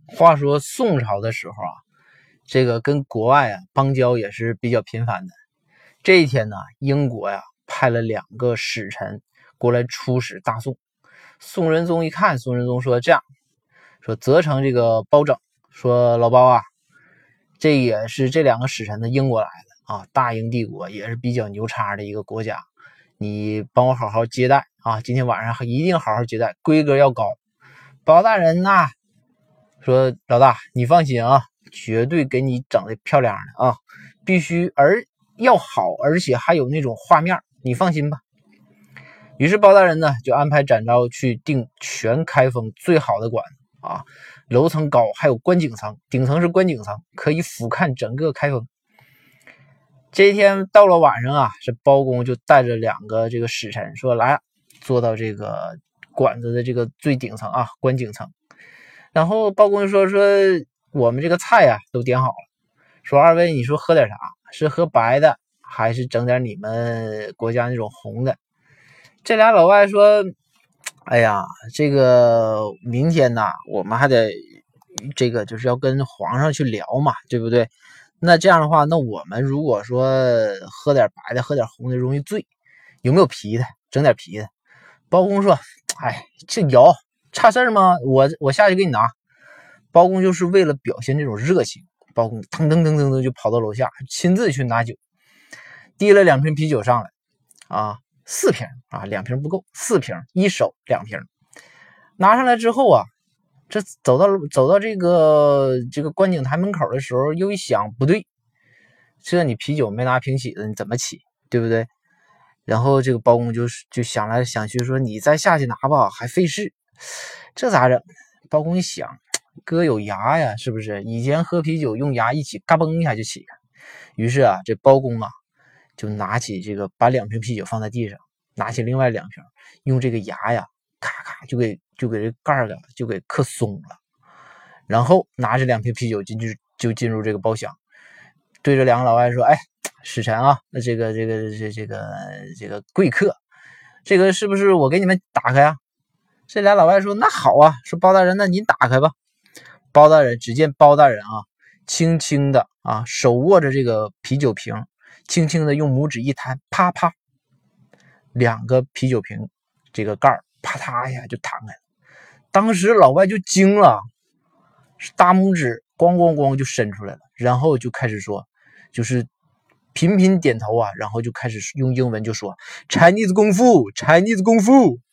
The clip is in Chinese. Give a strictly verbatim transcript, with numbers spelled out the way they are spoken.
话说宋朝的时候啊，这个跟国外啊邦交也是比较频繁的。这一天呢，英国呀派了两个使臣过来出使大宋。宋仁宗一看，宋仁宗说这样，说责成这个包拯，说老包啊，这也是这两个使臣的英国来的啊，大英帝国也是比较牛叉的一个国家，你帮我好好接待啊，今天晚上一定好好接待，规格要高。包大人呐、啊，说老大你放心啊，绝对给你整的漂亮的啊，必须而要好，而且还有那种画面，你放心吧。于是包大人呢就安排展昭去订全开封最好的馆子啊，楼层高，还有观景层，顶层是观景层，可以俯瞰整个开封。这一天到了晚上啊，这包公就带着两个这个使臣说来坐到这个馆子的这个最顶层啊，观景层。然后包公就说说我们这个菜呀、啊、都点好了，说二位你说喝点啥？是喝白的还是整点你们国家那种红的？这俩老外说哎呀，这个明天呢我们还得这个就是要跟皇上去聊嘛，对不对？那这样的话，那我们如果说喝点白的喝点红的容易醉，有没有啤的？整点啤的。包公说哎，这有差事儿吗？我我下去给你拿。包公就是为了表现这种热情，包公腾腾腾腾腾就跑到楼下，亲自去拿酒，递了两瓶啤酒上来啊，四瓶啊，两瓶不够，四瓶，一手两瓶。拿上来之后啊，这走到走到这个这个观景台门口的时候，又一想不对，这你啤酒没拿瓶起子，你怎么起，对不对？然后这个包公就就想来想去说，你再下去拿吧，还费事，这咋整？包公一想，哥有牙呀，是不是？以前喝啤酒用牙一起嘎嘣一下就起开。于是啊，这包公啊就拿起这个，把两瓶啤酒放在地上，拿起另外两瓶，用这个牙呀咔咔就给就给这盖儿了就给磕松了，然后拿着两瓶啤酒进去就进入这个包厢，对着两个老外说：“哎，使臣啊，那这个这个这这个这个贵客，这个是不是我给你们打开啊？”这俩老外说：“那好啊，说包大人，那您打开吧。”包大人只见包大人啊，轻轻的啊，手握着这个啤酒瓶，轻轻的用拇指一弹，啪啪，两个啤酒瓶这个盖儿啪嗒一下就弹开了。当时老外就惊了，大拇指咣咣咣就伸出来了，然后就开始说，就是频频点头啊，然后就开始用英文就说 Chinese 功夫 Chinese 功夫。